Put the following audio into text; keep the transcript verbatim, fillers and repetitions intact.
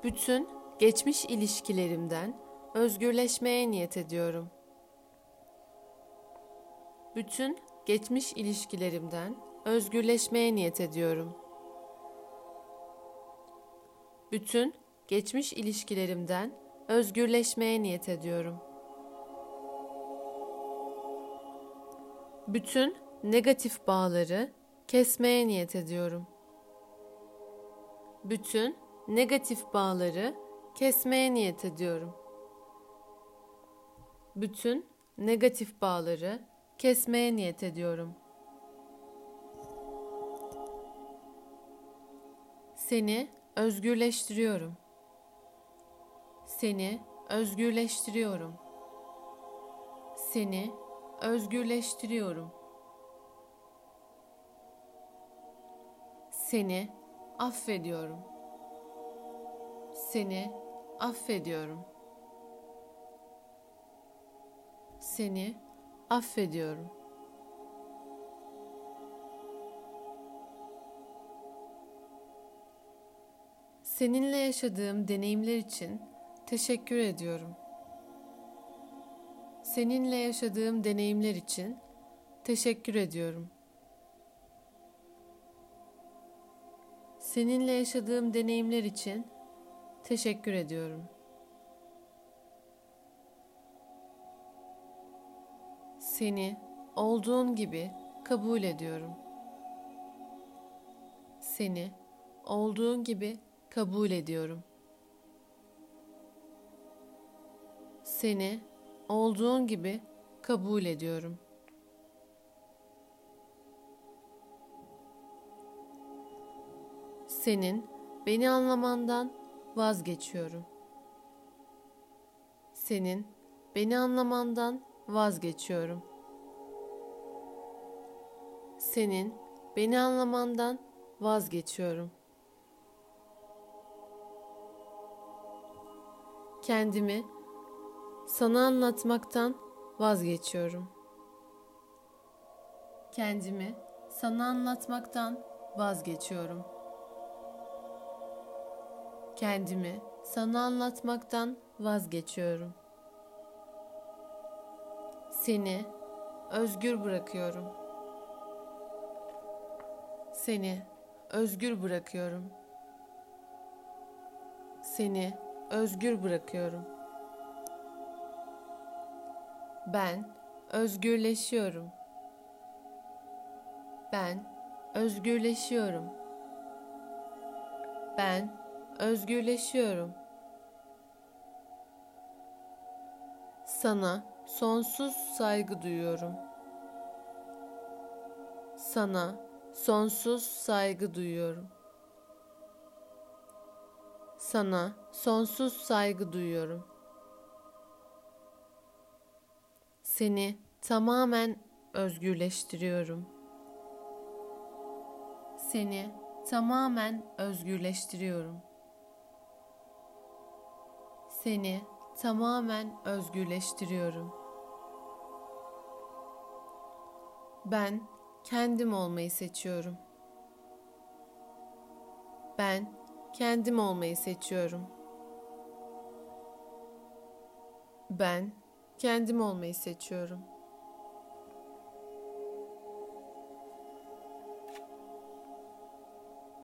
Bütün geçmiş ilişkilerimden özgürleşmeye niyet ediyorum. Bütün geçmiş ilişkilerimden özgürleşmeye niyet ediyorum. Bütün geçmiş ilişkilerimden özgürleşmeye niyet ediyorum. Bütün negatif bağları kesmeye niyet ediyorum. Bütün negatif bağları kesmeye niyet ediyorum. Bütün negatif bağları kesmeye niyet ediyorum. Seni özgürleştiriyorum. Seni özgürleştiriyorum. Seni özgürleştiriyorum. Seni affediyorum. Seni affediyorum. Seni affediyorum. Seninle yaşadığım deneyimler için teşekkür ediyorum. Seninle yaşadığım deneyimler için teşekkür ediyorum. Seninle yaşadığım deneyimler için teşekkür ediyorum. Seni olduğun gibi kabul ediyorum. Seni olduğun gibi kabul ediyorum. Seni olduğun gibi kabul ediyorum. Senin beni anlamandan vazgeçiyorum. Senin beni anlamandan vazgeçiyorum. Senin beni anlamandan vazgeçiyorum. Kendimi sana anlatmaktan vazgeçiyorum. Kendimi sana anlatmaktan vazgeçiyorum. Kendimi sana anlatmaktan vazgeçiyorum. Seni özgür bırakıyorum. Seni özgür bırakıyorum. Seni özgür bırakıyorum. Ben özgürleşiyorum. Ben özgürleşiyorum. Ben özgürleşiyorum. Sana sonsuz saygı duyuyorum. Sana sonsuz saygı duyuyorum. Sana sonsuz saygı duyuyorum. Seni tamamen özgürleştiriyorum. Seni tamamen özgürleştiriyorum. Seni tamamen özgürleştiriyorum. Ben kendim olmayı seçiyorum. Ben kendim olmayı seçiyorum. Ben kendim olmayı seçiyorum.